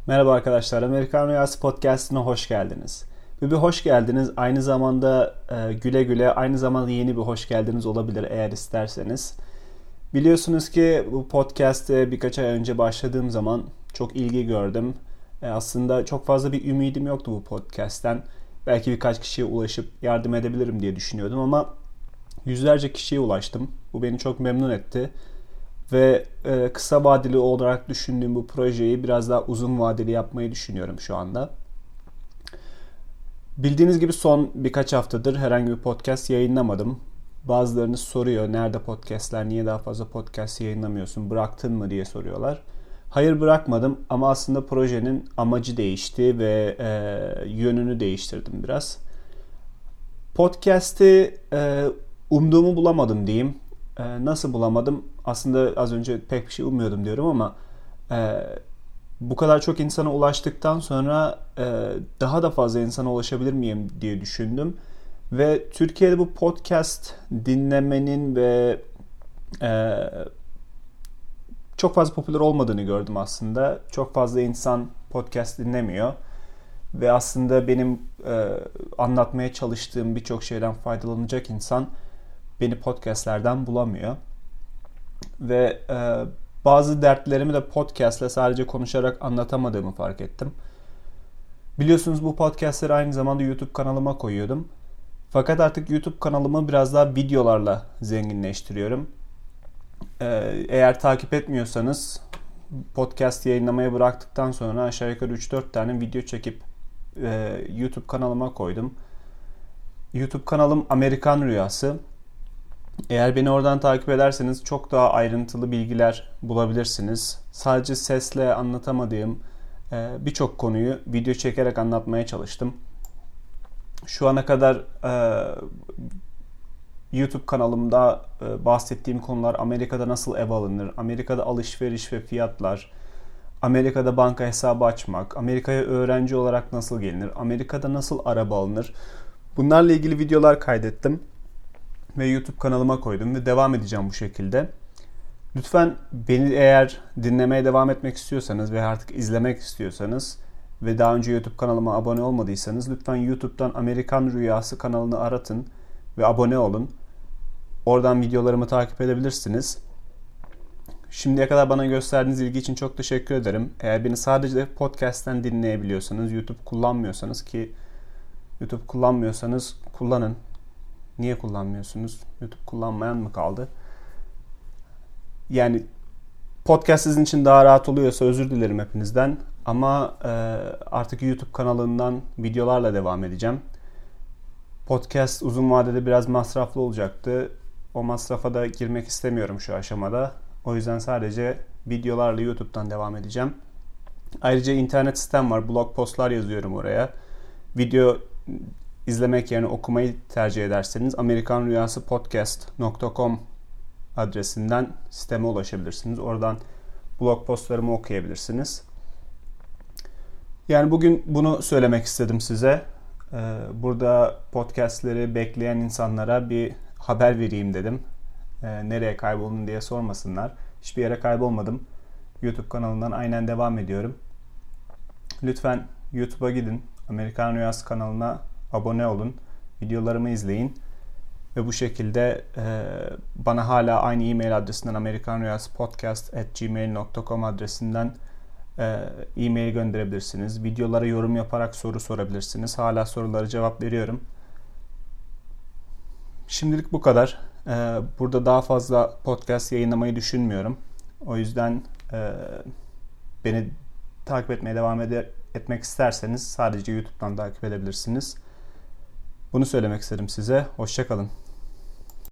Merhaba arkadaşlar, Amerikan Rüyası Podcast'ına hoş geldiniz. Bu bir hoş geldiniz, aynı zamanda güle güle, aynı zamanda yeni bir hoş geldiniz olabilir eğer isterseniz. Biliyorsunuz ki bu podcast'e birkaç ay önce başladığım zaman çok ilgi gördüm. Aslında çok fazla bir ümidim yoktu bu podcast'ten. Belki birkaç kişiye ulaşıp yardım edebilirim diye düşünüyordum ama yüzlerce kişiye ulaştım. Bu beni çok memnun etti. Ve kısa vadeli olarak düşündüğüm bu projeyi biraz daha uzun vadeli yapmayı düşünüyorum şu anda. Bildiğiniz gibi son birkaç haftadır herhangi bir podcast yayınlamadım. Bazılarınız soruyor, nerede podcastler, niye daha fazla podcast yayınlamıyorsun, bıraktın mı diye soruyorlar. Hayır, bırakmadım ama aslında projenin amacı değişti ve yönünü değiştirdim biraz. Podcast'i umduğumu bulamadım diyeyim. Nasıl bulamadım? Aslında az önce pek bir şey ummuyordum diyorum ama e, bu kadar çok insana ulaştıktan sonra daha da fazla insana ulaşabilir miyim diye düşündüm. Ve Türkiye'de bu podcast dinlemenin ve e, çok fazla popüler olmadığını gördüm aslında. Çok fazla insan podcast dinlemiyor. Ve aslında benim anlatmaya çalıştığım birçok şeyden faydalanacak insan beni podcastlerden bulamıyor. Ve bazı dertlerimi de podcastle sadece konuşarak anlatamadığımı fark ettim. Biliyorsunuz bu podcastleri aynı zamanda YouTube kanalıma koyuyordum. Fakat artık YouTube kanalımı biraz daha videolarla zenginleştiriyorum. Eğer takip etmiyorsanız podcast yayınlamaya bıraktıktan sonra aşağı yukarı 3-4 tane video çekip YouTube kanalıma koydum. YouTube kanalım Amerikan Rüyası. Eğer beni oradan takip ederseniz çok daha ayrıntılı bilgiler bulabilirsiniz. Sadece sesle anlatamadığım birçok konuyu video çekerek anlatmaya çalıştım. Şu ana kadar YouTube kanalımda bahsettiğim konular Amerika'da nasıl ev alınır, Amerika'da alışveriş ve fiyatlar, Amerika'da banka hesabı açmak, Amerika'ya öğrenci olarak nasıl gelinir, Amerika'da nasıl araba alınır. Bunlarla ilgili videolar kaydettim ve YouTube kanalıma koydum ve devam edeceğim bu şekilde. Lütfen beni eğer dinlemeye devam etmek istiyorsanız ve artık izlemek istiyorsanız ve daha önce YouTube kanalıma abone olmadıysanız lütfen YouTube'dan Amerikan Rüyası kanalını aratın ve abone olun. Oradan videolarımı takip edebilirsiniz. Şimdiye kadar bana gösterdiğiniz ilgi için çok teşekkür ederim. Eğer beni sadece podcast'ten dinleyebiliyorsanız, YouTube kullanmıyorsanız ki YouTube kullanmıyorsanız kullanın. Niye kullanmıyorsunuz? YouTube kullanmayan mı kaldı? Yani podcast sizin için daha rahat oluyorsa özür dilerim hepinizden. Ama artık YouTube kanalından videolarla devam edeceğim. Podcast uzun vadede biraz masraflı olacaktı. O masrafa da girmek istemiyorum şu aşamada. O yüzden sadece videolarla YouTube'dan devam edeceğim. Ayrıca internet sitem var. Blog postlar yazıyorum oraya. Video izlemek yerine okumayı tercih ederseniz amerikanrüyasıpodcast.com adresinden siteme ulaşabilirsiniz. Oradan blog postlarımı okuyabilirsiniz. Yani bugün bunu söylemek istedim size. Burada podcastleri bekleyen insanlara bir haber vereyim dedim. Nereye kayboldun diye sormasınlar. Hiçbir yere kaybolmadım. YouTube kanalından aynen devam ediyorum. Lütfen YouTube'a gidin. Amerikan Rüyası kanalına abone olun. Videolarımı izleyin. Ve bu şekilde bana hala aynı e-mail adresinden amerikanrüyasıpodcast@gmail.com adresinden e-mail gönderebilirsiniz. Videolara yorum yaparak soru sorabilirsiniz. Hala sorulara cevap veriyorum. Şimdilik bu kadar. Burada daha fazla podcast yayınlamayı düşünmüyorum. O yüzden beni takip etmeye devam etmek isterseniz sadece YouTube'dan takip edebilirsiniz. Bunu söylemek istedim size. Hoşça kalın.